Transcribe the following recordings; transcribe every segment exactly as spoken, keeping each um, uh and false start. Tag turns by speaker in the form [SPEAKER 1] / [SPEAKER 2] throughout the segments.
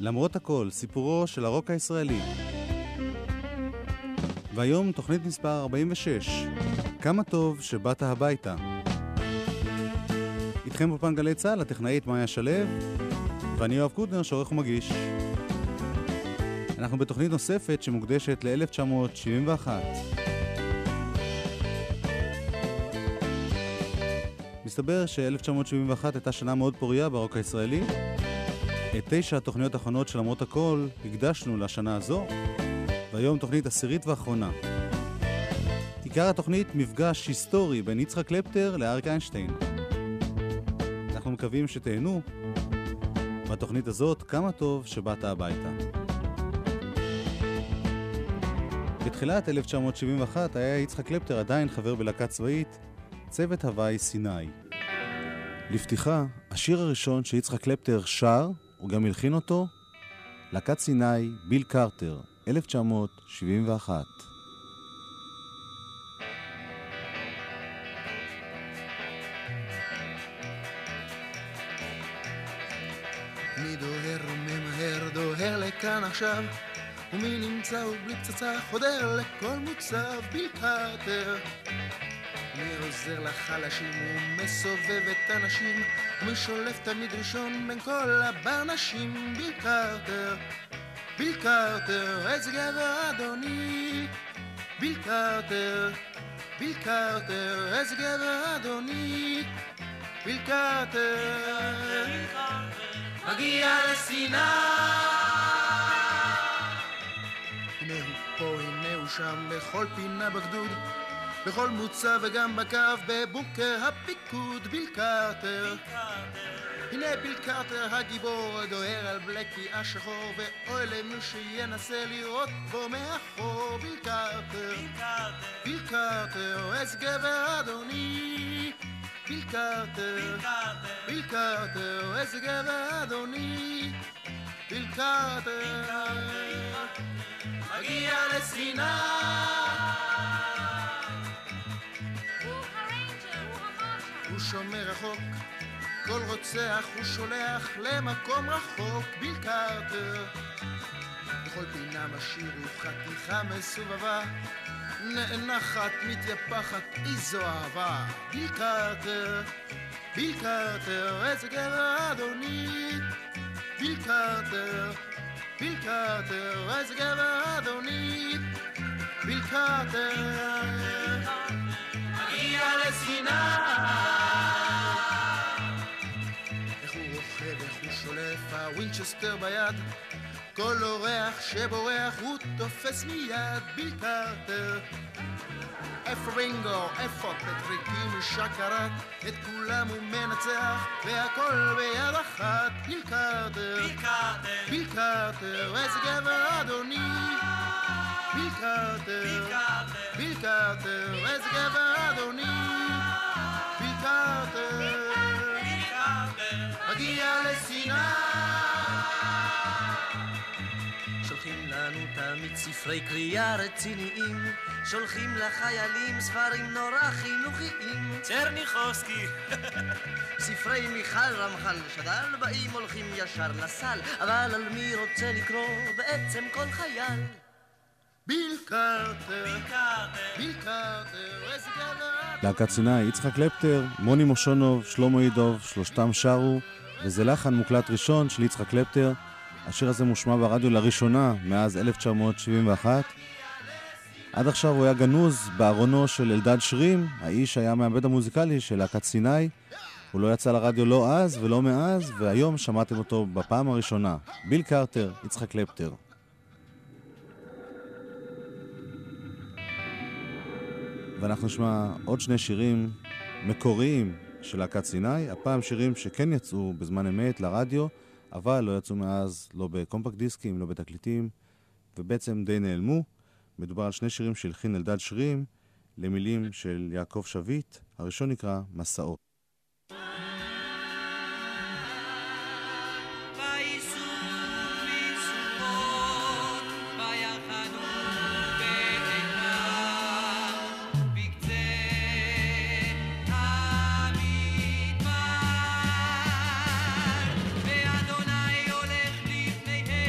[SPEAKER 1] למרות הכל, סיפורו של הרוק הישראלי. והיום תוכנית מספר ארבעים ושש. כמה טוב שבאת הביתה. איתכם בפן גלי צהל, הטכנאית מאיה שלו, ואני יואב קוטנר, שעורך ומגיש. אנחנו בתוכנית נוספת שמוקדשת ל-אלף תשע מאות שבעים ואחת. מסתבר ש-אלף תשע מאות שבעים ואחת הייתה שנה מאוד פוריה ברוק הישראלי. את תשע התוכניות האחרונות של למרות הכל הקדשנו לשנה הזו, והיום תוכנית עשירית ואחרונה. עיקר התוכנית מפגש היסטורי בין יצחק קלפטר לאריק איינשטיין. אנחנו מקווים שתהנו בתוכנית הזאת כמה טוב שבאת הביתה. בתחילת אלף תשע מאות שבעים ואחת היה יצחק קלפטר עדיין חבר בלהקה צבאית, צוות הוואי סיני. לפתיחה, השיר הראשון שיצחק קלפטר שר, הוא גם הלחין אותו, להקת סיני, ביל קרטר, אלף תשע מאות שבעים ואחת.
[SPEAKER 2] מי דוהר וממהר דוהר לכאן עכשיו, ומי נמצא ובלי פצצה חודר לכל מוצב, ביל קרטר. מי עוזר לחלשים ומסובב את הנשים, ומי שולף תמיד ראשון בין כל הברנשים, ביל קרטר. ביל קרטר, איזה גבר אדוני, ביל קרטר. ביל קרטר, איזה גבר אדוני, ביל קרטר. מגיע לסיני. הנה הוא פה, הנה הוא שם, בכל פינה בגדוד, בכל מוצב וגם בקו, בבונקר הפיקוד, ביל קרטר. הנה ביל קרטר הגיבור, דוהר על בלקי השחור, ואוי למי שינסה לראות בו מאחור, ביל קרטר. ביל קרטר, איזה גבר אדוני, ביל קרטר. ביל קרטר, איזה גבר אדוני, ביל קרטר. מגיע לסיני. הוא שומר רחוק, כל רוצח הוא שולח למקום רחוק, ביל קרטר. בכל פינה משאיר הוא חתיכה מסובבה, נאנחת מתייפחת איזו אהבה, ביל קרטר. ביל קרטר, איזה גבר אדוני, ביל קרטר. ביל קרטר, איזה גבר אדוני, ביל קרטר. מגיע לסיני. איך הוא רוכב, איך הוא שולף, הווינצ'סטר ביד, כל אורח שבורח הוא תופס מיד, ביל קרטר. איפה רינגו, איפה פטריקים ושקרת, את כולם הוא מנצח, והכל ביד אחת, ביל קרטר. ביל קרטר, איזה גבר אדוני, ביל קרטר. ביל קרטר, איזה גבר אדוני, ביל קרטר. מגיע לסיני. שולחים לנו תמיד ספרי קריאה רציניים, שולחים לחיילים ספרים נורא חינוכיים,
[SPEAKER 3] צ'רניחובסקי.
[SPEAKER 2] ספרי מיכל רמח"ל שדל באים הולכים ישר לסל, אבל על מי רוצה לקרוא בעצם כל חייל? ביל קרטר. ביל קרטר, איזה גבר.
[SPEAKER 1] להקת סיני, יצחק קלפטר, מוני מושונוב, שלמה ידוב, שלושתם שרו, וזה לחן מוקלט ראשון של יצחק קלפטר. השיר הזה מושמע ברדיו לראשונה מאז אלף תשע מאות שבעים ואחת. עד עכשיו הוא היה גנוז בארונו של אלדד שרים, האיש היה מהבית המוזיקלי של להקת סיני. הוא לא יצא לרדיו לא אז ולא מאז, והיום שמעתם אותו בפעם הראשונה. ביל קרטר, יצחק קלפטר. ואנחנו נשמע עוד שני שירים מקוריים של להקת סיני, הפעם שירים שכן יצאו בזמן אמת לרדיו, אבל לא יצאו מאז לא בקומפקט דיסקים, לא בתקליטים, ובעצם די נעלמו. מדובר על שני שירים שהלחין אלדד שרים למילים של יעקב שביט. הראשון נקרא מסעות.
[SPEAKER 4] ואדוני הולך לפניהם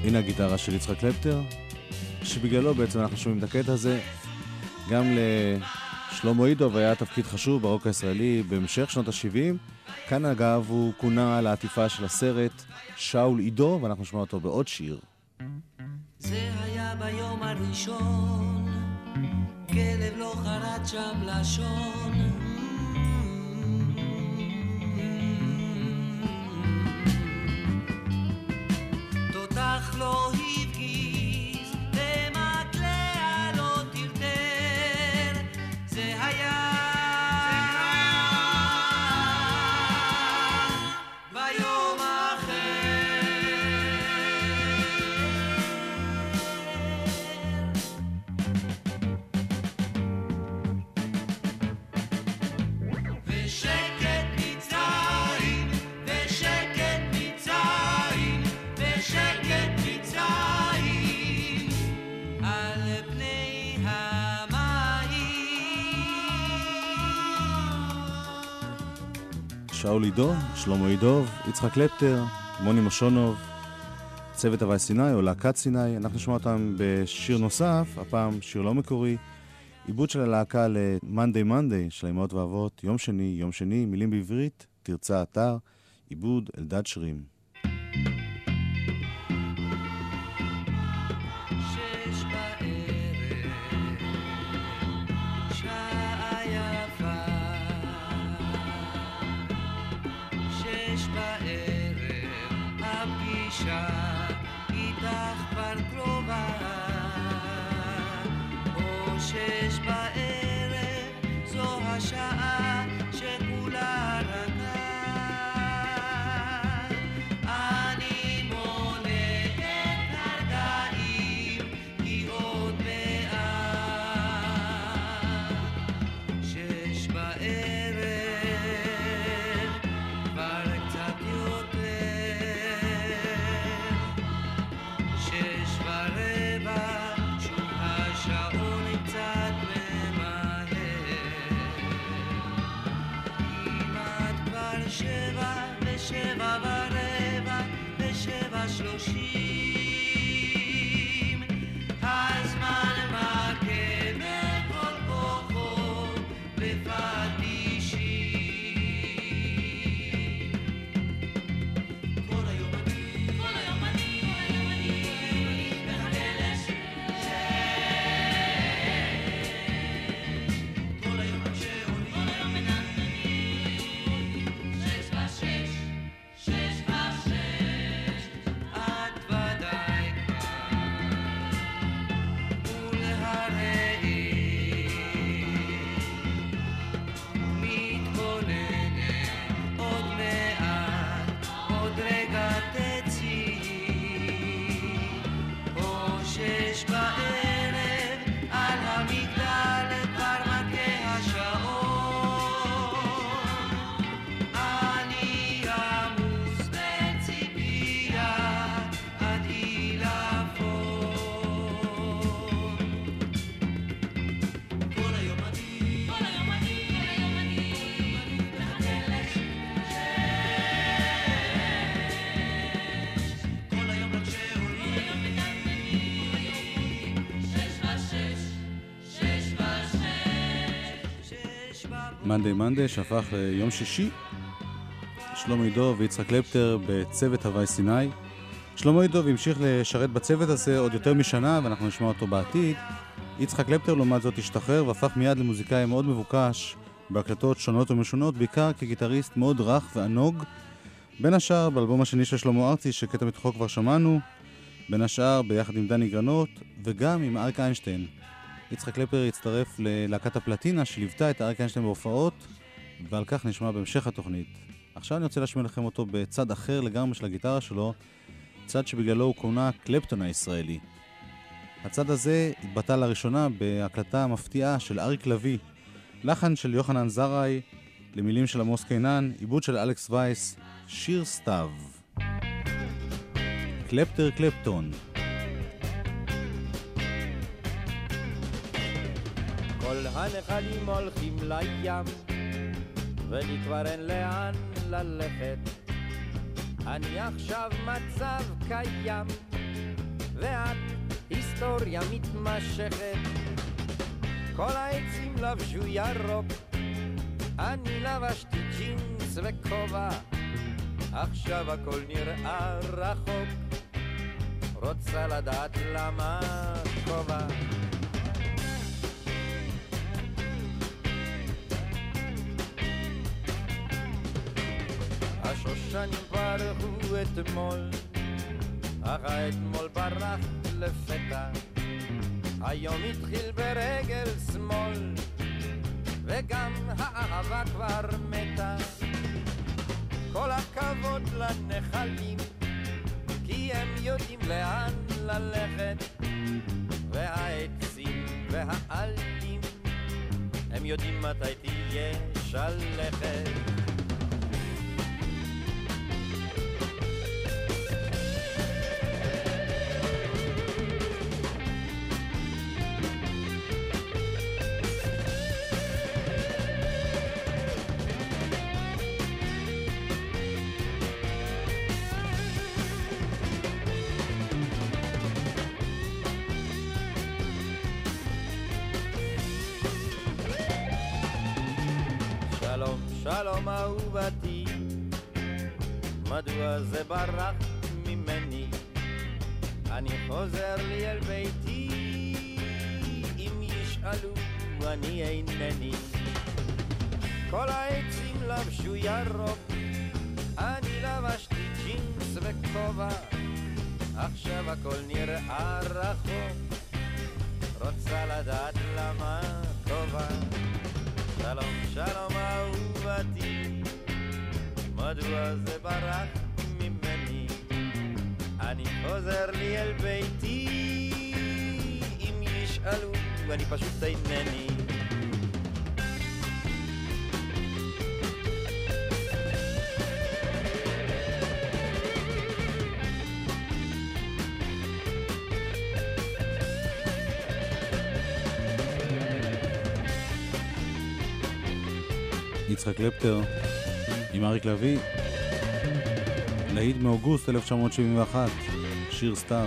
[SPEAKER 1] הנה הגיטרה של יצחק קלפטר, שבגללו בעצם אנחנו שומעים את הקטע הזה. גם לשלמה אידוב היה תפקיד חשוב ברוק הישראלי בהמשך שנות ה-שבעים. כאן אגב הוא כונה על העטיפה של הסרט שאול עידו, ואנחנו נשמע אותו בעוד שיר.
[SPEAKER 3] זה היה ביום הראשון, כלב לא חרד שם לשון, תותח לא הפגיז ומקלע לא טרטר, זה היה ביום אחר. ושקט מצרים, ושקט מצרים, ושקט מצרים על פני המים.
[SPEAKER 1] שאול עידו, שלמה אידוב, יצחק קלפטר, מוני מושונוב, צוות הווי סיני או להקת סיני. אנחנו נשמע אותם בשיר נוסף, הפעם שיר לא מקורי, עיבוד של הלהקה ל-Monday Monday של האימהות ואבות, יום שני, יום שני, מילים בעברית, תרצה אתר, עיבוד אלדד שרים.
[SPEAKER 3] שש בערב, שעה יפה, שש בערב, הפגישה איתך כבר קרובה, או שש בערב, זו השעה שכולה רכה, אני מונה את הרגעים כי עוד מעט, שש בערב, כבר קצת יותר, שש ורבע, שוב השעון קצת ממהר, כמעט כבר שבע ושבע ורבע ושבע שלושים, הזמן מכה מכל כוחו בפטישים. כל היום אני, כל היום אני, מחכה לשש, כל היום רק שעונים, כל היום מנגנים, שש ושש, שש ושש, את ודאי כבר מול הראי, מתכוננת עוד מעט, עוד רגע תצאי, או שש בערב, על המגדל כבר מכה השעון, אני עמוס בציפייה עד עילפון. כל היום אני, כל היום אני, כל היום אני, מחכה לשש, כל היום רק שעולים, כל היום מנגנים, שש ושש, שש ושש, שש בבוקר.
[SPEAKER 1] Monday Monday שהפך ליום שישי. שלמה אידוב ויצחק קלפטר בצוות הווי סיני. שלמה אידוב המשיך לשרת בצוות הזה עוד יותר משנה, ואנחנו נשמע אותו בעתיד. יצחק קלפטר לעומת זאת השתחרר והפך מיד למוזיקאי מאוד מבוקש בהקלטות שונות ומשונות, בעיקר כגיטריסט מאוד רך וענוג, בין השאר באלבום השני של שלמה ארצי שקטע מתוכו כבר שמענו, בין השאר ביחד עם דני גרנות וגם עם אריק איינשטיין. יצחק קלפטר הצטרף ללהקת הפלטינה שליוותה את אריק איינשטיין בהופעות, ועל כך נשמע בהמשך התוכנית. עכשיו אני רוצה להשמיע לכם אותו בצד אחר לגמרי של הגיטרה שלו, צד שבגללו הוא כונה קלפטון הישראלי. הצד הזה התבטא לראשונה בהקלטה המפתיעה של אריק לוי, לחן של יוחנן זרעי, למילים של עמוס קינן, עיבוד של אלכס וייס, שיר סתיו. קלפטר קלפטון.
[SPEAKER 4] כל הנחלים הולכים לים, ולי כבר אין לאן ללכת. אני עכשיו מצב קיים, ואת היסטוריה מתמשכת. כל העצים לבשו ירוק, אני לבשתי ג'ינס וכובע, עכשיו הכל נראה רחוק, רוצה לדעת למה כובע. השושנים פרחו אתמול, אך אתמול ברח לפתע, היום התחיל ברגל שמאל, וגם האהבה כבר מתה. כל הכבוד לנחלים, כי הם יודעים לאן ללכת, והעצים והעלים, הם יודעים מתי תהיה שלכת. שלום, שלום אהובתי, מדוע זה ברח ממני? אני חוזר לי אל ביתי, אם ישאלו אני אינני. כל העצים לבשו ירוק, אני לבשתי ג'ינס וכובע, עכשיו הכל נראה רחוק, רוצה לדעת למה כובע. שלום, שלום אהובתי, מדוע זה ברח ממני? אני חוזר לי אל ביתי, אם ישאלו אני פשוט אינני.
[SPEAKER 1] יצחק קלפטר עם אריק לביא, להיט מאוגוסט אלף תשע מאות שבעים ואחת, שיר סתיו.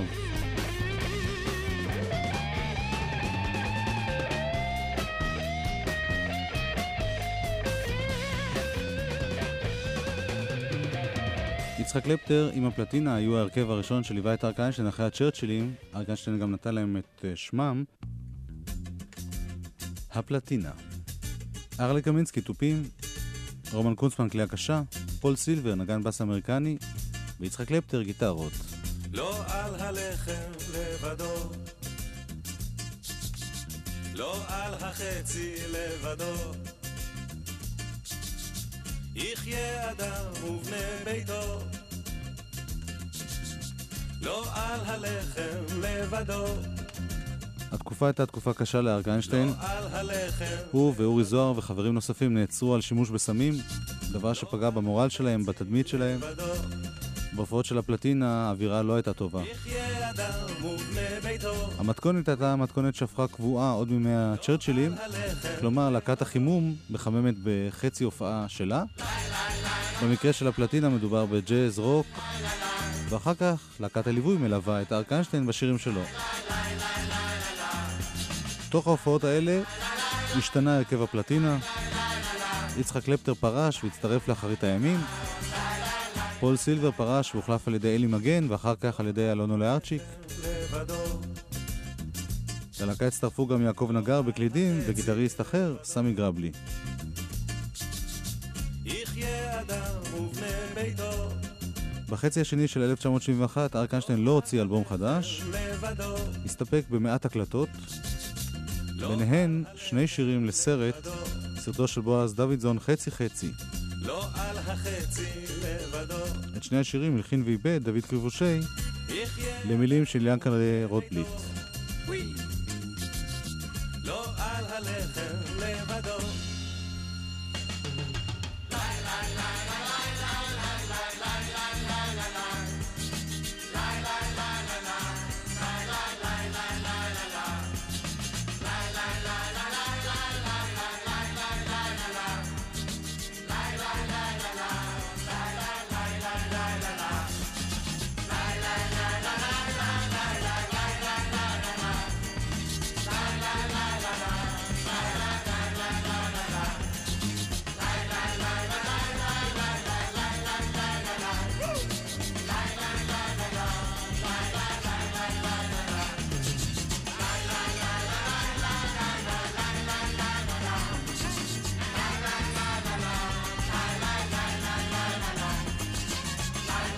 [SPEAKER 1] יצחק קלפטר עם הפלטינה היו ההרכב הראשון שליווה את אריק איינשטיין אחרי הצ'רצ'ילים. אריק איינשטיין גם נתן להם את שמם, הפלטינה. ארלי קמינסקי טופים, רומן קונצמן כלי הקשה, פול סילבר נגן בס אמריקני, ויצחק קלפטר גיטרות.
[SPEAKER 5] לא על הלחם לבדו, לא על החצי לבדו, יחיה אדם ובני ביתו. לא על הלחם לבדו.
[SPEAKER 1] התקופה הייתה תקופה קשה לאריק איינשטיין. הוא ואורי זוהר וחברים נוספים נעצרו על שימוש בסמים, דבר שפגע במורל שלהם, בתדמית שלהם. בהופעות של הפלטינה האווירה לא הייתה טובה. המתכונת הייתה מתכונת שהפכה קבועה עוד מימי הצ'רצ'ילים, כלומר להקת החימום מחממת בחצי הופעה שלה. במקרה של הפלטינה מדובר בג'אז רוק, ואחר כך להקת הליווי מלווה את אריק איינשטיין בשירים שלו. תוך ההופעות האלה השתנה הרכב הפלטינה, יצחק קלפטר פרש והצטרף לאחרית הימים, פול סילבר פרש והוחלף על ידי אלי מגן ואחר כך על ידי אלונו לארצ'יק. ללהקה הצטרפו גם יעקב נגר בקלידים וגיטריסט אחר, סמי גרבלי. בחצי השני של אלף תשע מאות שבעים ואחת אריק איינשטיין לא הוציא אלבום חדש, הסתפק במעט הקלטות, ביניהן שני שירים לסרט, סרטו של בועז דוידזון חצי חצי.
[SPEAKER 5] לא על החצי לבדו.
[SPEAKER 1] את שני השירים הלחין ואיבד דוד קריבושי למילים של ינקל רוטבליט.
[SPEAKER 5] לא על הלחם לבדו.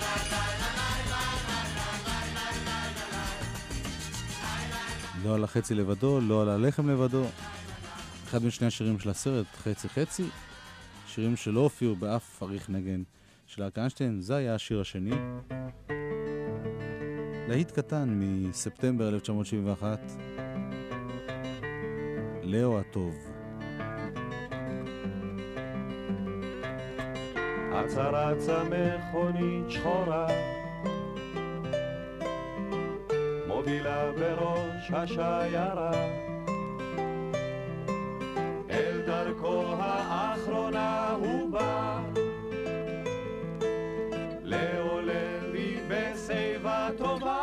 [SPEAKER 1] לא על החצי לבדו, לא על הלחם לבדו. אחד משני השירים של הסרט, חצי חצי, שירים שלא הופיעו באף עריך נגן של אריק איינשטיין. זה היה השיר השני. להיט קטן מספטמבר אלף תשע מאות שבעים ואחת, לאו הטוב.
[SPEAKER 5] עצרה רצה מכונית שחורה, מובילה בראש השיירה אל דרכו האחרונה הוא בא, לאו לוי בשיבה טובה.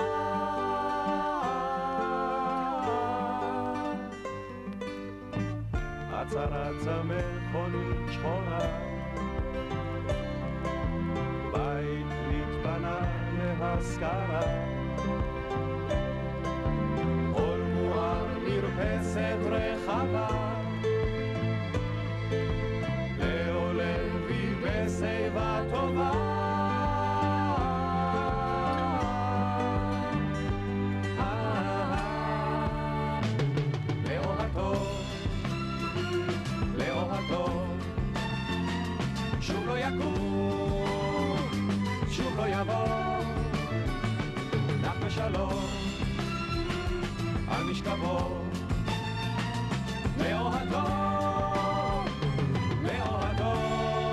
[SPEAKER 5] עצרה רצה מכונית שחורה, בית נתבנה להשכרה, עול מואר מרפסת רחבה, לאו לוי בשיבה טובה. לאו הטוב, לאו הטוב, שוב לא יקום, שוב לא יבוא, נח בשלום על משכבו. לאו הטוב, לאו הטוב.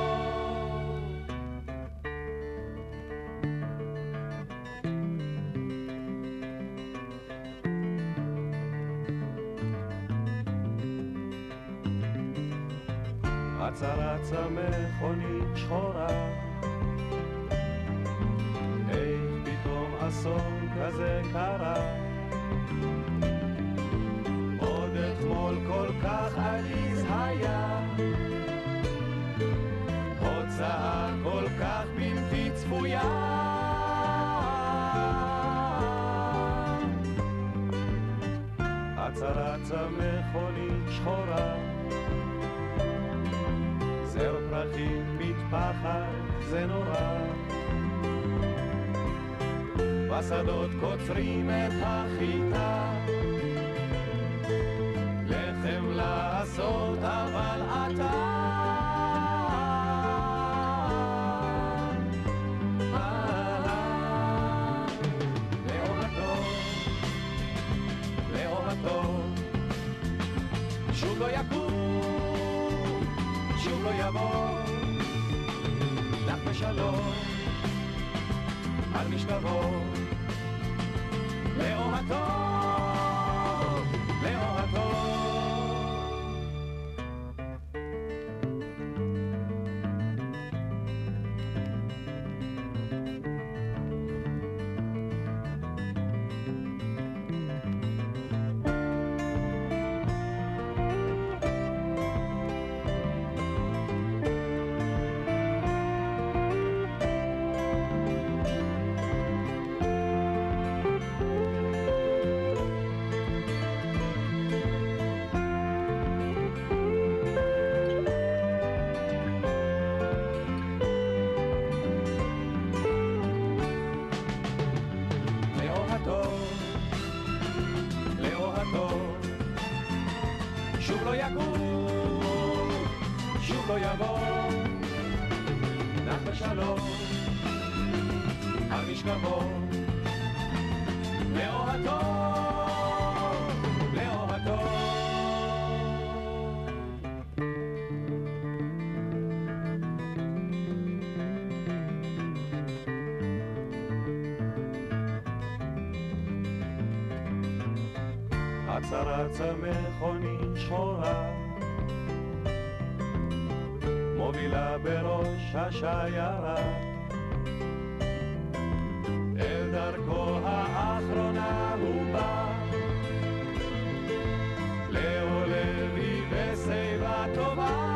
[SPEAKER 5] רצה רצה מכונית שחורה, איך פתאום אסון כזה קרה, עוד אתמול כל כך עליז היה, הוצאה כל כך בלתי צפויה. רצה רצה מכונית שחורה, זר פרחים מתפחד זה נורא, בשדות קוצרים את החיטה, לחם לעשות אבל אתה לאו הטוב, לאו הטוב, שוב לא יקום, שוב לא יבוא, נח בשלום על משכבו. לאו הטוב, לאו הטוב. רצה רצה מכונית שחורה, מובילה בראש השיירה אל דרכו האחרונה הוא בא, לאו לוי בשיבה טובה.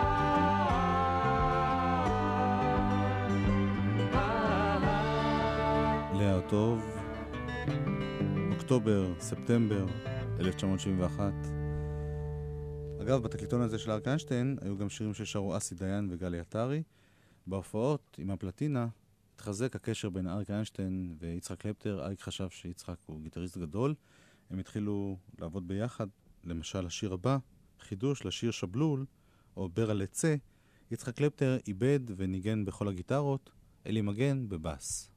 [SPEAKER 1] לאו טוב, אוקטובר, ספטמבר אלף תשע מאות שבעים ואחת. אגב, בתקליטון הזה של אריק איינשטיין היו גם שירים ששרו אסי דיין וגלי עטרי. בהופעות עם הפלטינה התחזק הקשר בין אריק איינשטיין ויצחק קלפטר. אריק חשב שיצחק הוא גיטריסט גדול. הם התחילו לעבוד ביחד. למשל, השיר הבא, חידוש לשיר שבלול, או ברל לצה, יצחק קלפטר איבד וניגן בכל הגיטרות, אלי מגן בבאס.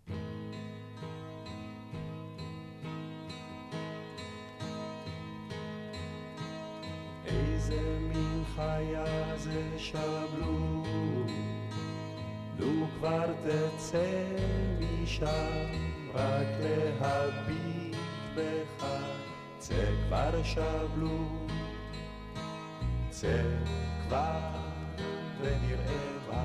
[SPEAKER 5] איזה מין חיה זה שבלול, לו כבר תצא משם, רק להביט בך, צא כבר שבלול, צא כבר ונראה בה.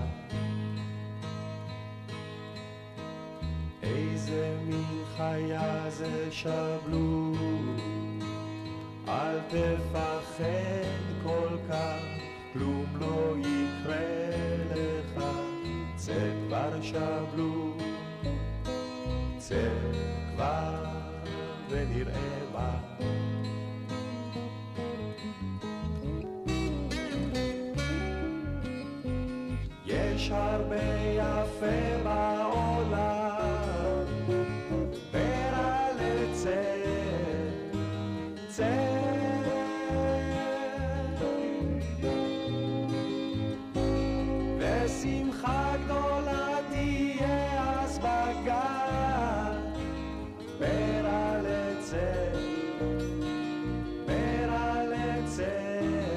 [SPEAKER 5] איזה מין חיה זה שבלול, אל תפחד כל כך, כלום לא יקרה לך, צא כבר שבלול, צא כבר ונראה בה. יש הרבה יפה בעולם, ברע לצא, צא. ושמחה גדולה תהיה אז בגן, ברע לצא, ברע לצא.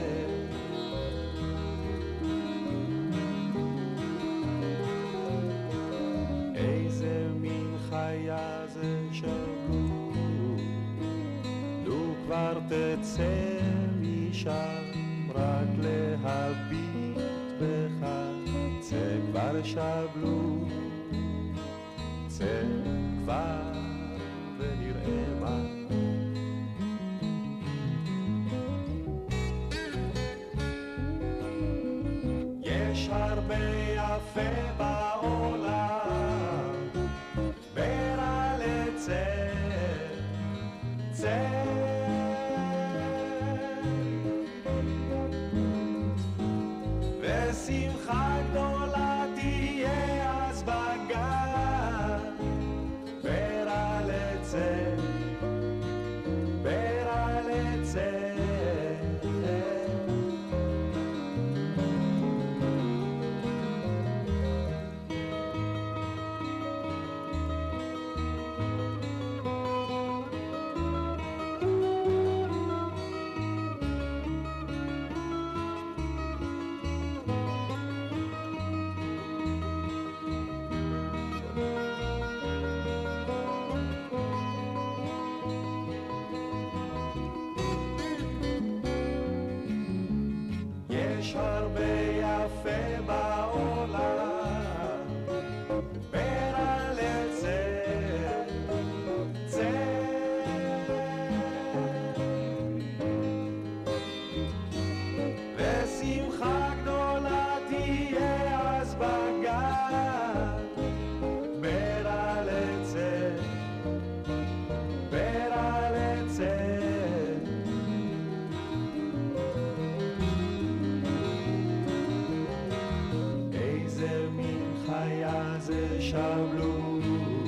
[SPEAKER 5] איזה מין חיה זה שבלול, לו כבר תצא משם, רק להביט בך, צא כבר שבלול, צא כבר ונראה מה. יש הרבה יפה בעולם, ברע לצא, צא. ושמחה גדולה תהיה אז בגן, ברע לצא, ברע לצא. יש הרבה יפה בעולם, ברע לצא, צא. ושמחה גדולה תהיה אז בגן, ברע לצא, ברע לצא. חיה זה שבלול,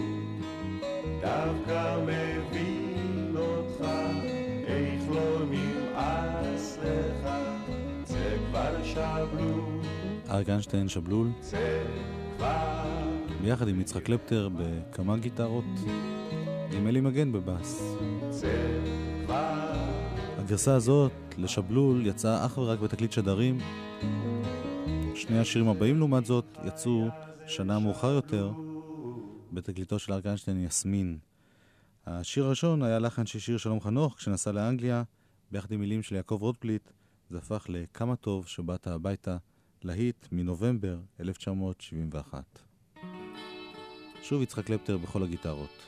[SPEAKER 5] דווקא מבין אותך, איך לא נמאס לך, צא כבר שבלול,
[SPEAKER 1] אריק איינשטיין שבלול,
[SPEAKER 5] צא כבר,
[SPEAKER 1] ביחד עם יצחק קלפטר בכמה גיטרות, עם אלי מגן בבאס.
[SPEAKER 5] צא כבר.
[SPEAKER 1] הגרסה הזאת לשבלול יצאה אך ורק בתקליט שדרים. שני השירים הבאים לעומת זאת יצאו שנה מאוחר יותר בתקליטו של אריק איינשטיין, יסמין. השיר הראשון היה לחן של שיר שלום חנוך כשנסע לאנגליה, ביחד עם מילים של יעקב רוטבליט. זה הפך לכמה טוב שבאת הביתה, להיט מנובמבר אלף תשע מאות שבעים ואחת. שוב יצחק קלפטר בכל הגיטרות.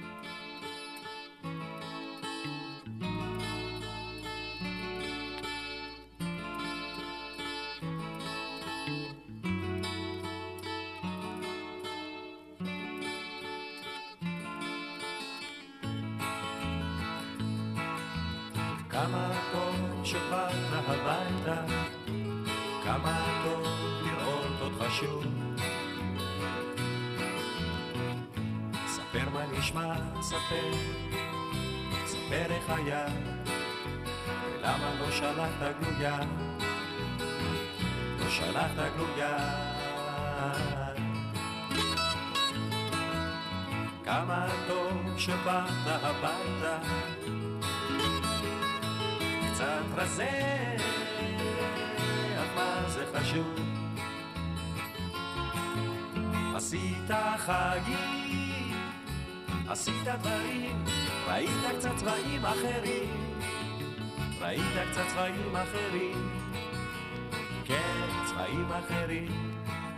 [SPEAKER 5] כמה טוב שבאת הביתה, כמה טוב לראות אותך שוב. ספר מה נשמע, ספר, ספר איך היה, ולמה לא שלחת גלויה, לא שלחת גלויה. כמה טוב שבאת הביתה, קצת רזה, אך מה זה חשוב, עשית חגים, עשית דברים, ראית קצת צבעים אחרים, ראית קצת צבעים אחרים, כן, צבעים אחרים.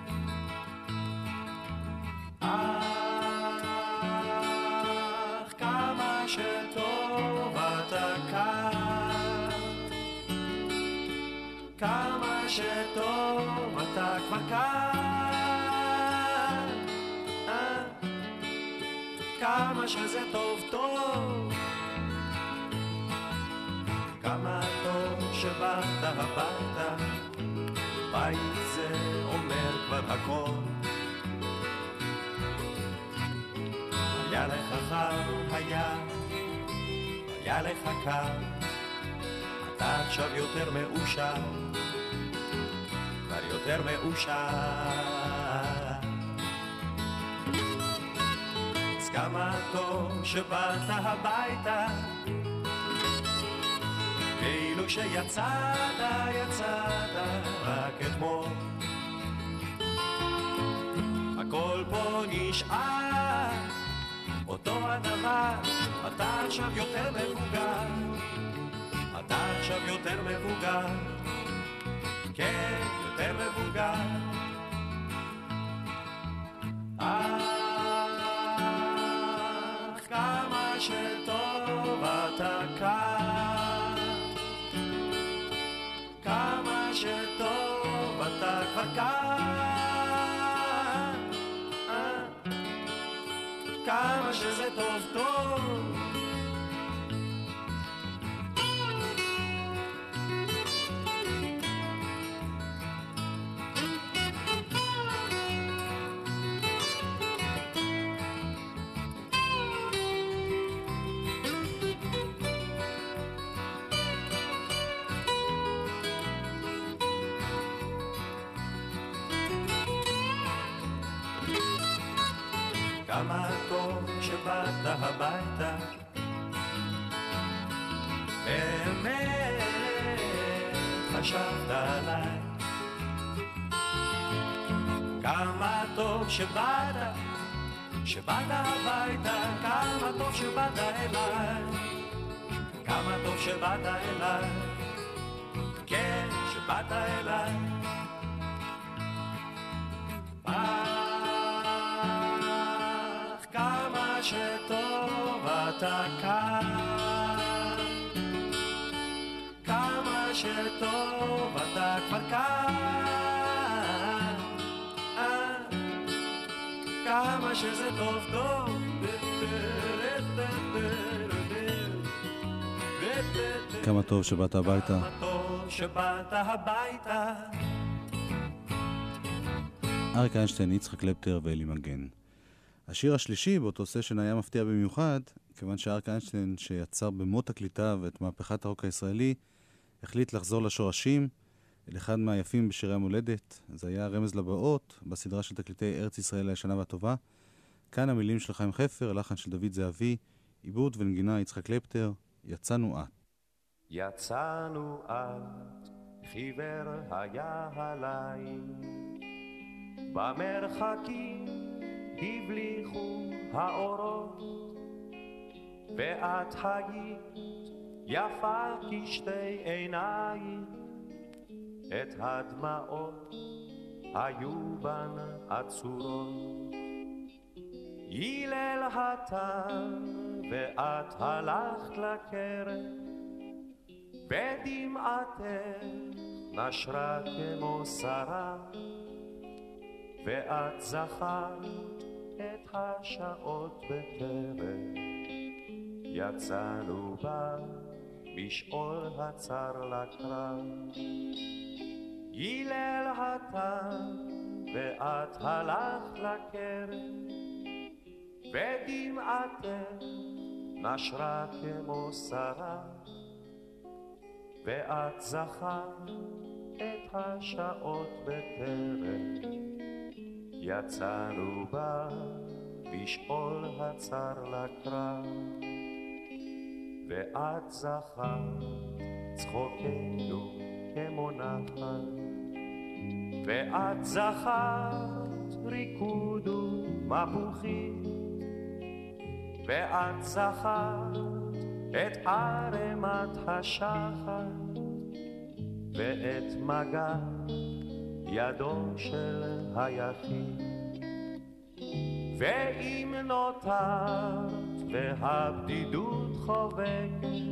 [SPEAKER 5] אך כמה שטוב אתה כאן, כמה שטוב אתה כבר כאן, אה? כמה שזה טוב טוב, כמה טוב שבאת הביתה, בית זה אומר כבר הכל, היה לך חם, היה, היה לך קר, אתה עכשיו יותר מאושר, כבר יותר מאושר. אז כמה טוב שבאת הביתה, כאילו שיצאת, יצאת רק אתמול, הכל פה נשאר אותו הדבר, אתה עכשיו יותר מבוגר, אתה עכשיו יותר מבוגר, כן, יותר מבוגר. אך כמה שטוב אתה כאן, כמה שטוב אתה כבר כאן, כמה שזה טוב טוב. כמה טוב שבאת הביתה, באמת חשבת עליי, כמה טוב שבאת, שבאת הביתה, כמה טוב שבאת אליי, כמה טוב שבאת אליי, כן, שבאת אליי. שטוב אתה כאן, כמה שטוב אתה כבר כאן, כמה שזה טוב טוב,
[SPEAKER 1] כמה טוב שבאת הביתה,
[SPEAKER 5] כמה טוב שבאת הביתה.
[SPEAKER 1] אריק איינשטיין, יצחק קלפטר ואלי מגן. השיר השלישי באותו סשן היה מפתיע במיוחד, כיוון שאריק איינשטיין, שיצר במות הקליטה ואת מהפכת הרוק הישראלי, החליט לחזור לשורשים, אל אחד מהיפים בשירי המולדת. זה היה רמז לבאות בסדרה של תקליטי ארץ ישראל הישנה והטובה. כאן המילים של חיים חפר, לחן של דוד זהבי, עיבוד ונגינה יצחק קלפטר, יצאנו את.
[SPEAKER 5] יצאנו את, חיוור היה הליל, במרחקים הבליחו האורות, ואת היית יפה כשתי עיניים, את הדמעות היו בן עצורות. הילל התן ואת הלכת לקרן, ודמעתך נשרה כמו שרה, ואת זכרת את השעות בטרם יצאנו בה בשאול הצר לקרב. הילל התן ואת הלכת לקרן, ודמעתך נשרה כמו שרה, ואת זכרת את השעות בטרם יצאנו בה לשאול הצר לקרב, ואת זכרת צחוקנו כמו נחל, ואת זכרת ריקוד ומפוחים, ואת זכרת את ערמת השחר ואת מגע ידו של היחיד, ואם נותרת והבדידות חובקת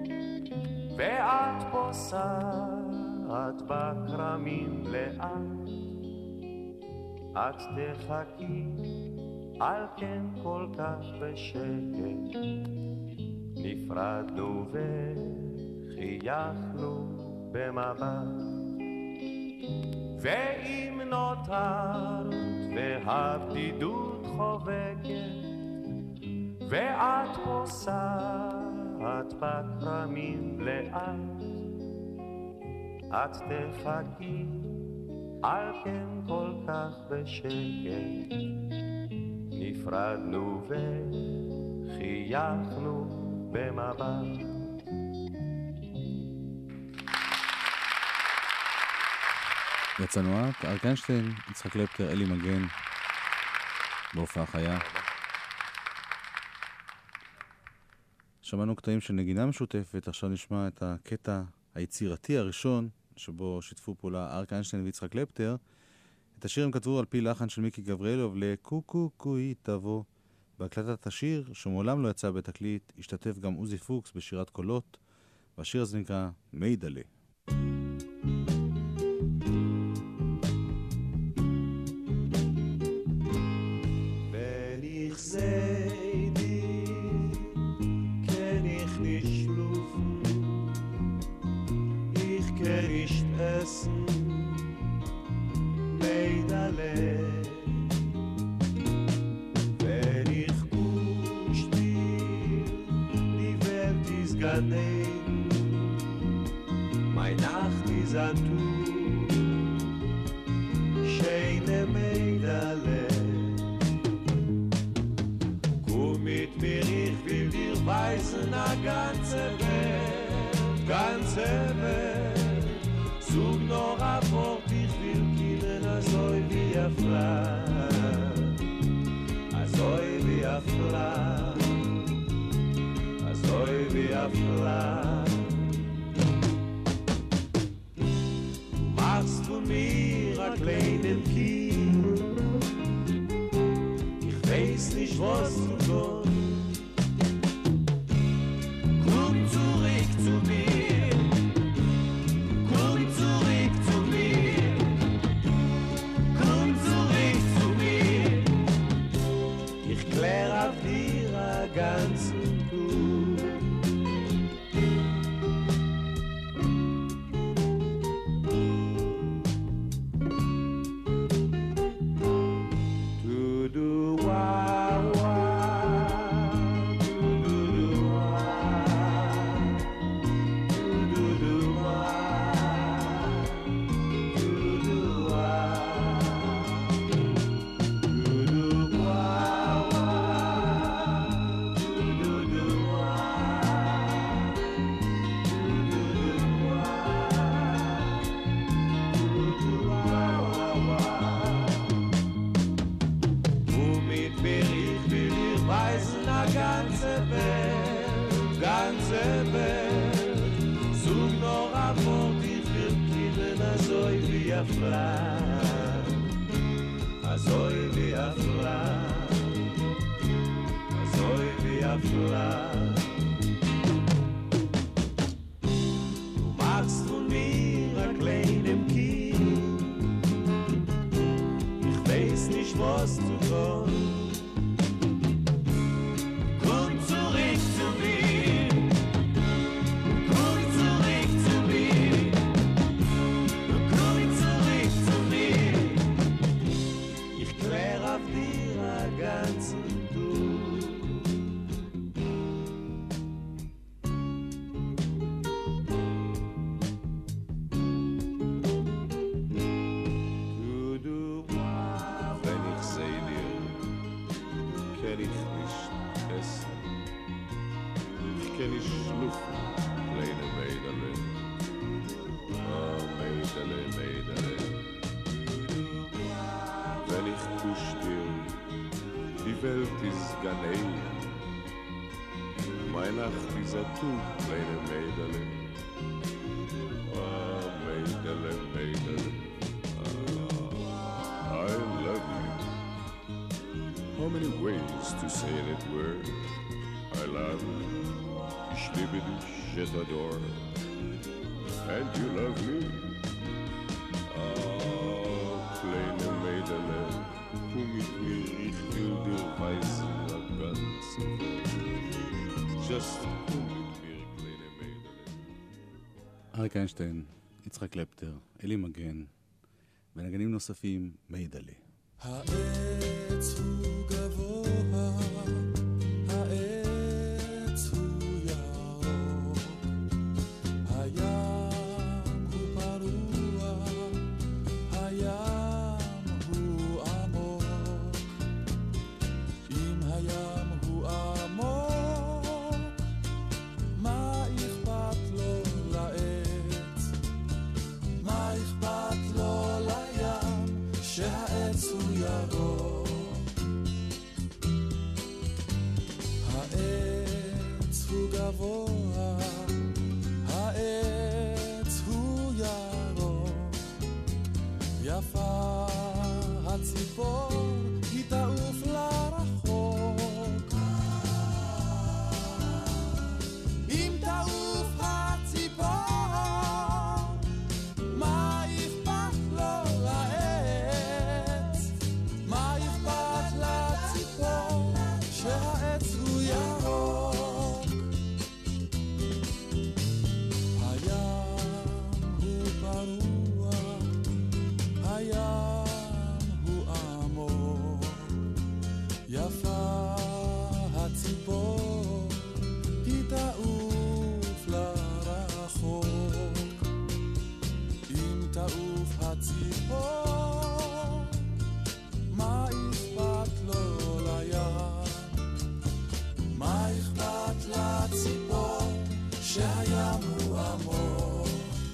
[SPEAKER 5] ואת פוסעת בכרמים לאט, את תחכי על כן כל כך בשקט, נפרדנו וחייכנו במבט, ואם נותרת והבדידות חובקת ואת פוסעת בכרמים לאט, את תחכי על כן כל כך בשקט, נפרדנו וחייכנו במבט.
[SPEAKER 1] יצאנו את, אריק איינשטיין, יצחק קלפטר, אלי מגן, בהופעה חיה. שמענו קטעים של נגינה משותפת, עכשיו נשמע את הקטע היצירתי הראשון, שבו שיתפו פעולה אריק איינשטיין ויצחק קלפטר. את השיר הם כתבו על פי לחן של מיקי גבריאלוב לקוקו קוי תבוא. בהקלטת השיר, שמעולם לא יצא בתקליט, השתתף גם עוזי פוקס בשירת קולות, והשיר הזה נקרא מיידלה.
[SPEAKER 6] Claire wenn ich nicht essen. Ich kenn ich schlufen, kleine Mädele. Ah, Mädele, Mädele. Wenn ich du still, die Welt ist Ganei. Mein Nacht ist ein Tug, kleine Mädele. Ah, Mädele, Mädele. Ah, I love you. How many ways to say that word? I love you. Ich liebe dich, je t'adore. And you love me. Ah, kleine Mädele. Komm mit mir, ich will dir weisen, a ganze Welt. Just komm mit mir, kleine Mädele.
[SPEAKER 1] אריק איינשטיין, יצחק קלפטר, אלי מגן, ונגנים נוספים, מיידלה.
[SPEAKER 7] העץ הוא גבוה, העץ הוא ירוק, הים הוא פרוע, הים הוא עמוק. אם הים הוא עמוק, מה אכפת לו לעץ? מה אכפת לו לים שהעץ הוא ירוק? העץ הוא גבוה, העץ הוא ירוק, יפה הציפור, היא תעוף לרחוק. אם תעוף הציפור, מה אכפת לו לעץ? מה אכפת לציפור שהעץ הוא ירוק? הים הוא פרוע, הים הוא עמוק, יפה הציפור, היא תעוף לרחוק. אם תעוף הציפור, מה אכפת לו לים? מה אכפת לציפור שהים הוא עמוק?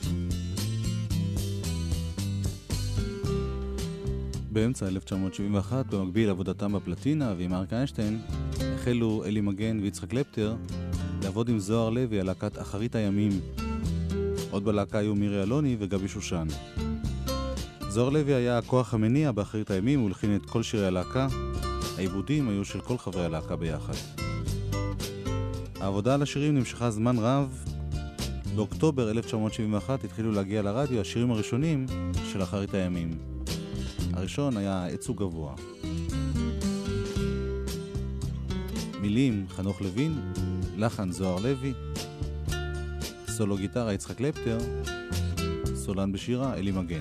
[SPEAKER 1] באמצע אלף תשע מאות שבעים ואחת, במקביל עבודתם בפלטינה ועם אריק איינשטיין, החלו אלי מגן ויצחק קלפטר לעבוד עם זוהר לוי על להקת אחרית הימים. עוד בלהקה היו מירי אלוני וגבי שושן. זוהר לוי היה הכוח המניע באחרית הימים ולכין את כל שירי הלהקה. העיבודים היו של כל חברי הלהקה ביחד. העבודה על השירים נמשכה זמן רב. באוקטובר אלף תשע מאות שבעים ואחת התחילו להגיע לרדיו השירים הראשונים של אחרית הימים. הראשון היה העץ הוא גבוה. מילים חנוך לוין, לחן זוהר לוי, סולו גיטרה יצחק קלפטר, סולן בשירה אלי מגן.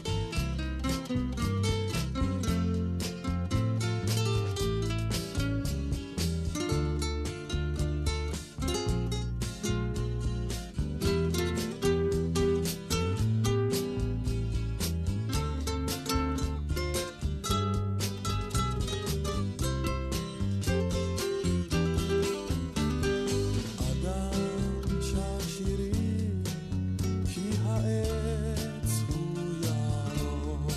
[SPEAKER 7] אדם שר שירים כי העץ הוא ירוק.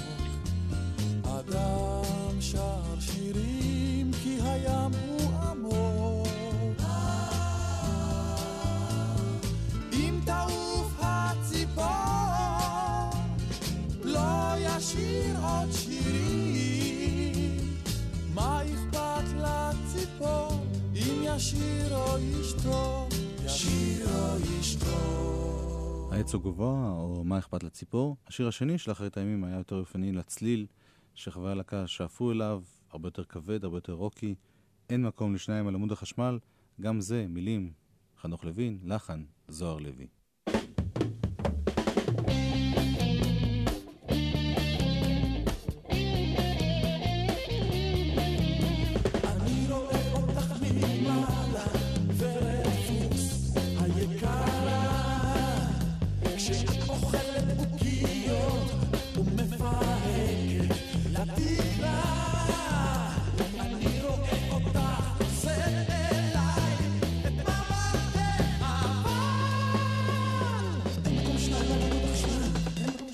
[SPEAKER 7] אדם שר שירים כי הים הוא עמוק. אם תעוף הציפור, לא ישיר עוד שירים. מה אכפת לציפור אם ישיר או ישתוק? ישיר או ישתוק.
[SPEAKER 1] העץ הוא גבוה, או מה אכפת לציפור. השיר השני של אחרית הימים היה יותר יופני לצליל, שחברי הלהקה שאפו אליו, הרבה יותר כבד, הרבה יותר רוקי. אין מקום לשניים על עמוד החשמל, גם זה מילים חנוך לוין, לחן זוהר לוי.
[SPEAKER 7] אני רואה אותך מלמעלה, ורפוס היקרה, כשאת אוכלת בוקיות ומפהקת לתקרה. אני רואה אותך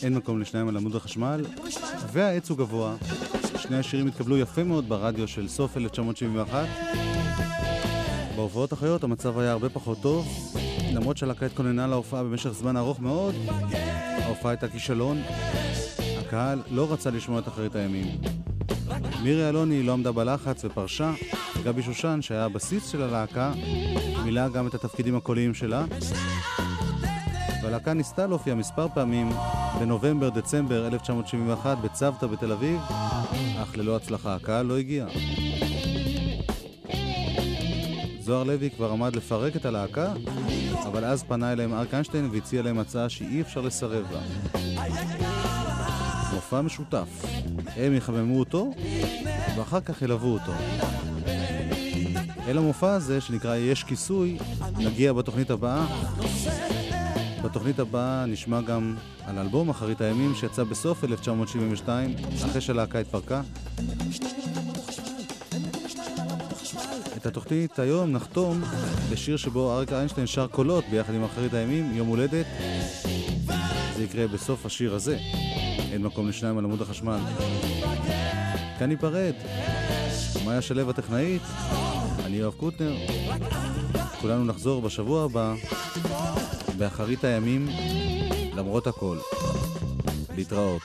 [SPEAKER 1] אין מקום לשניים על עמוד החשמל, והעץ הוא גבוה. שני השירים התקבלו יפה מאוד ברדיו של סוף אלף תשע מאות שבעים ואחת. בהופעות החיות המצב היה הרבה פחות טוב, למרות שהלהקה התכוננה להופעה במשך זמן ארוך מאוד. ההופעה הייתה כישלון, הקהל לא רצה לשמוע את אחרית הימים. מירי אלוני לא עמדה בלחץ ופרשה, גבי שושן שהיה הבסיס של הלהקה מילאה גם את התפקידים הקוליים שלה, והלהקה ניסתה להופיע מספר פעמים בנובמבר דצמבר אלף תשע מאות שבעים ואחת בצוותא בתל אביב, אך ללא הצלחה, הקהל לא הגיע. זוהר לוי כבר עמד לפרק את הלהקה, אבל אז פנה אליהם אריק איינשטיין והציע להם הצעה שאי אפשר לסרב לה. מופע משותף. הם יחממו אותו ואחר כך ילוו אותו. אל המופע הזה שנקרא יש כיסוי נגיע בתוכנית הבאה. בתוכנית הבאה נשמע גם על אלבום אחרית הימים שיצא בסוף אלף תשע מאות שבעים ושתיים אחרי שהלהקה התפרקה. את התוכנית היום נחתום בשיר שבו אריק איינשטיין שר קולות ביחד עם אחרית הימים, יום הולדת. זה יקרה בסוף השיר הזה. אין מקום לשניים על עמוד החשמל. כאן ניפרד. מאיה שלו הטכנאית, אני יואב קוטנר. כולנו נחזור בשבוע הבא באחרית הימים למרות הכל. להתראות.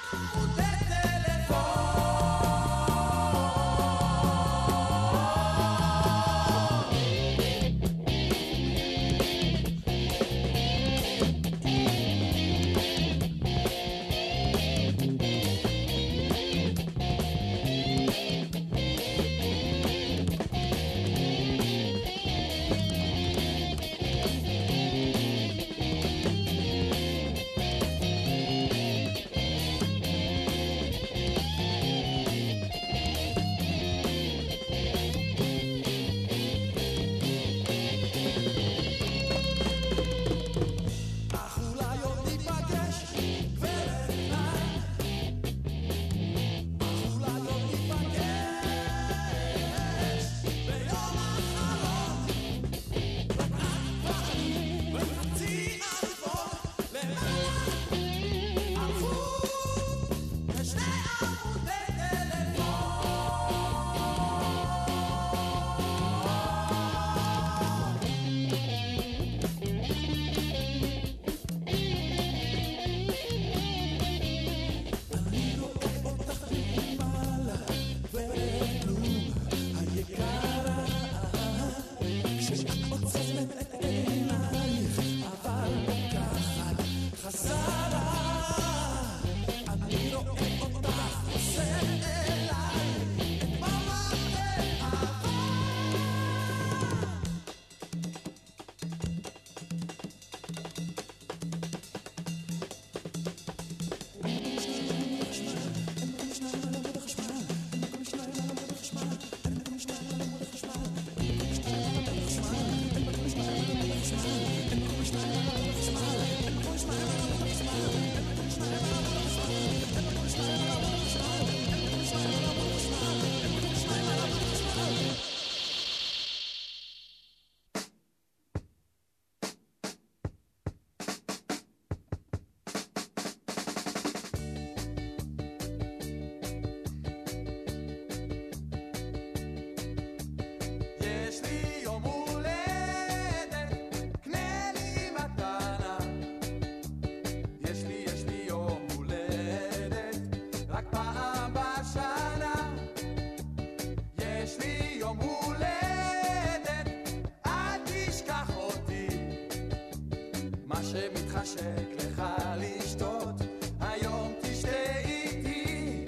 [SPEAKER 7] שמתחשק לך לשתות, היום תשתה איתי.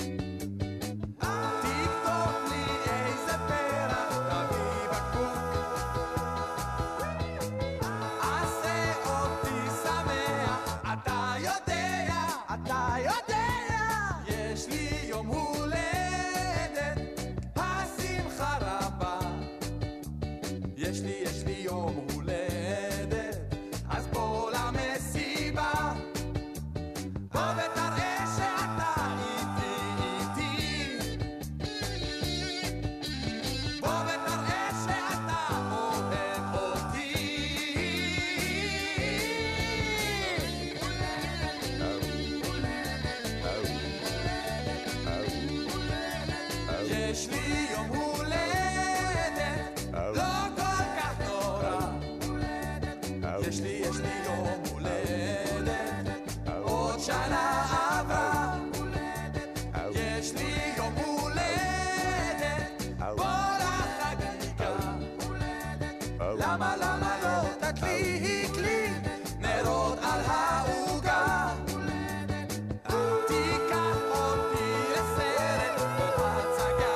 [SPEAKER 7] תכתוב לי איזה פרח, תביא בקבוק, עשה אותי שמח. אתה יודע, אתה יודע, יש לי יום הולדת, השמחה רבה. יש לי, יש לי יום הולדת, אז בוא למסיבה, בוא ותראה שאתה איתי איתי, בוא ותראה שאתה אוהב אותי. הולדת, יש לי יום הולדת, עוד שנה עברה, יש לי יום הולדת, בוא לחגיגה. למה למה לא תדליק לי נרות על העוגה, תיקח אותי לסרט או הצגה,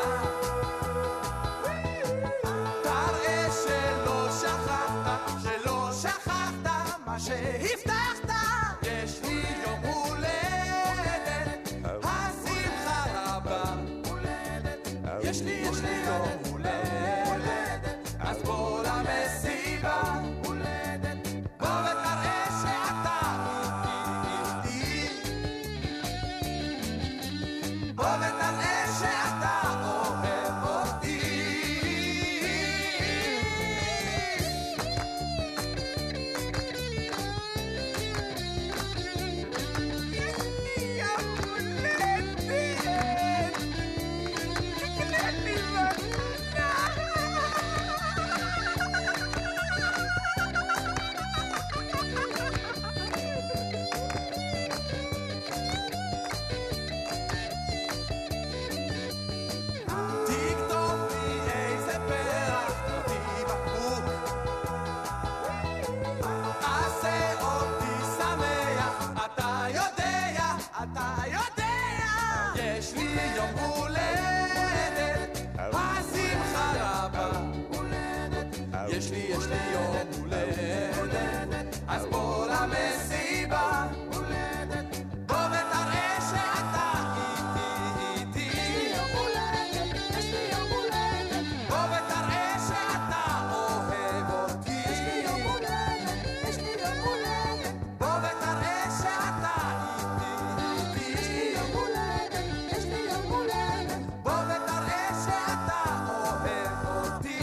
[SPEAKER 7] תראה שלא שכחת, שלא שכחת מה שהבטחת. יש לי יום הולדת, השמחה רבה, יש לי יש לי יום הולדת, אז בוא למסיבה, בוא ותראה שאתה איתי, בוא ותראה שאתה אוהב אותי. תכתוב לי איזה פרח, תביא בקבוק, עשה אותי שמח, אתה יודע, אתה יודע, יש לי יום הולדת, השמחה רבה, יש לי יש לי יום הולדת, אז בוא למסיבה, בוא ותראה שאתה איתי איתי, בוא ותראה שאתה אוהב אותי, בוא ותראה שאתה איתי איתי, בוא ותראה שאתה אוהב אותי.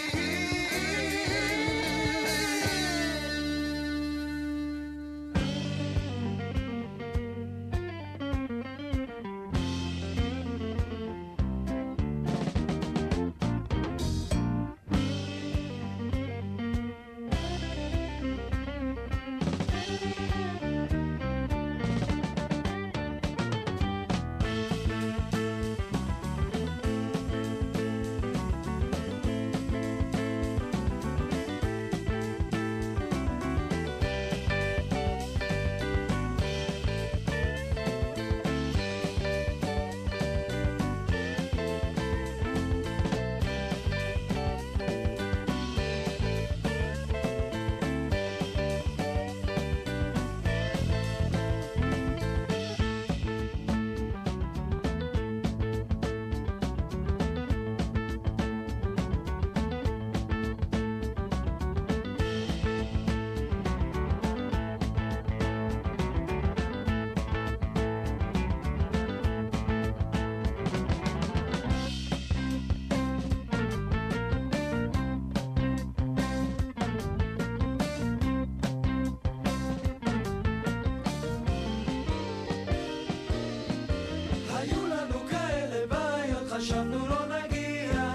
[SPEAKER 7] היו לנו כאלה בעיות, חשבנו לא נגיע,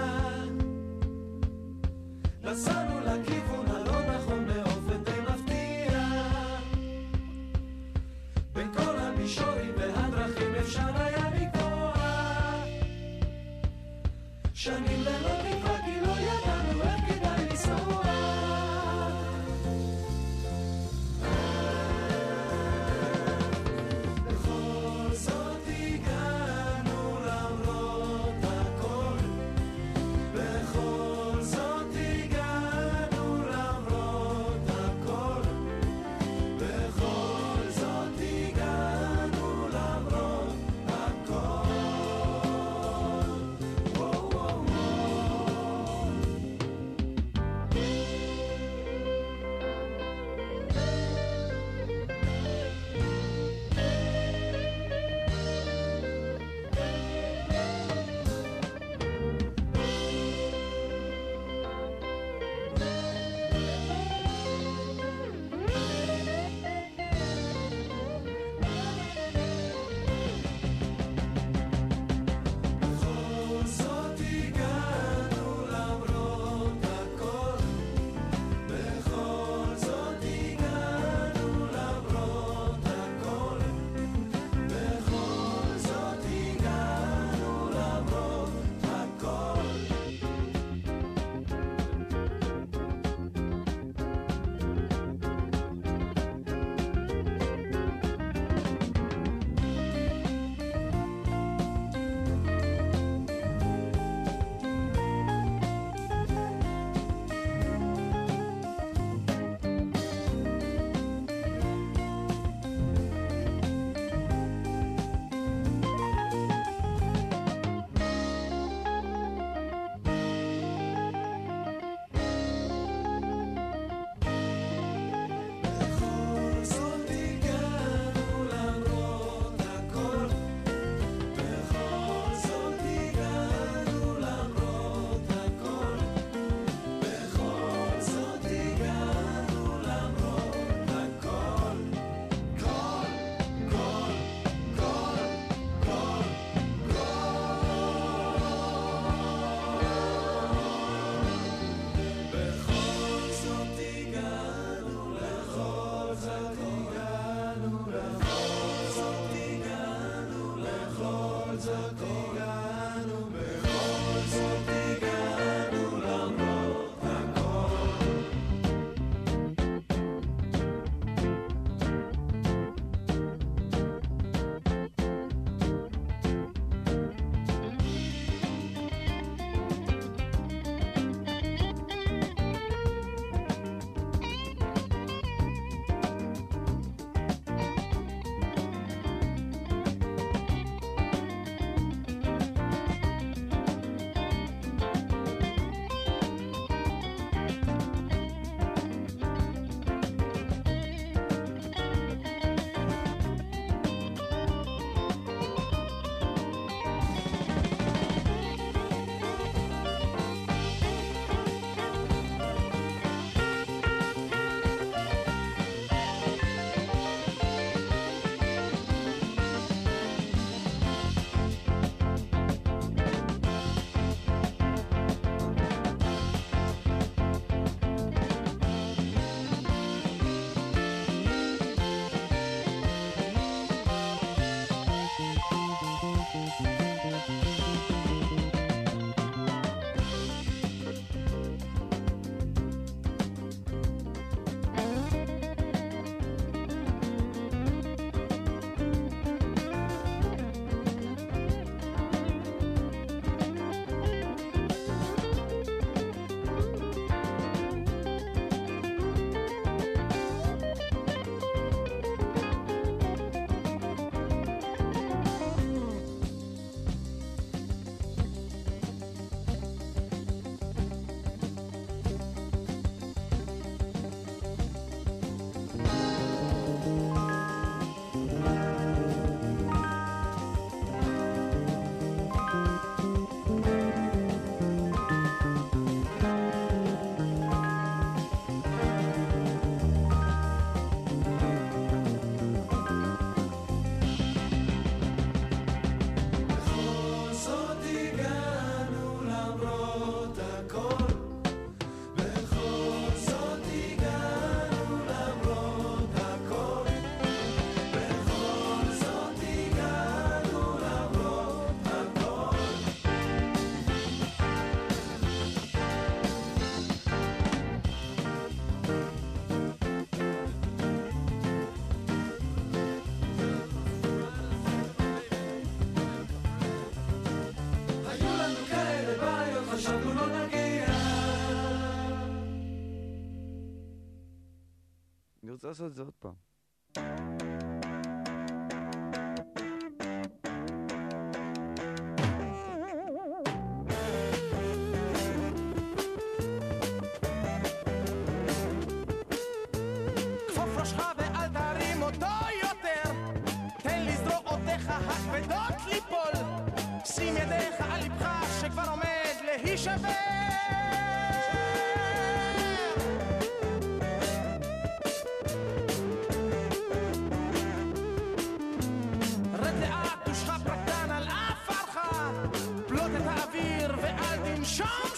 [SPEAKER 7] נסענו לכיוון הלא נכון באופן די מפתיע, בין כל המישורים והדרכים אפשר היה לקבוע, שנים ללא תקווה כי לא ידענו איך כדאי לנסוע. בכל זאת הגענו למרות הכל, בכל זאת הגענו
[SPEAKER 8] אני רוצה לעשות את זה עוד פעם.
[SPEAKER 7] כפוף ראשך ואל תרים אותו יותר, תן לזרועותיך הכבדות ליפול, שים ידיך על ליבך שכבר עומד להישבר. רד לאט ושכב רקדן על עפרך, פלוט את האוויר ואל תנשום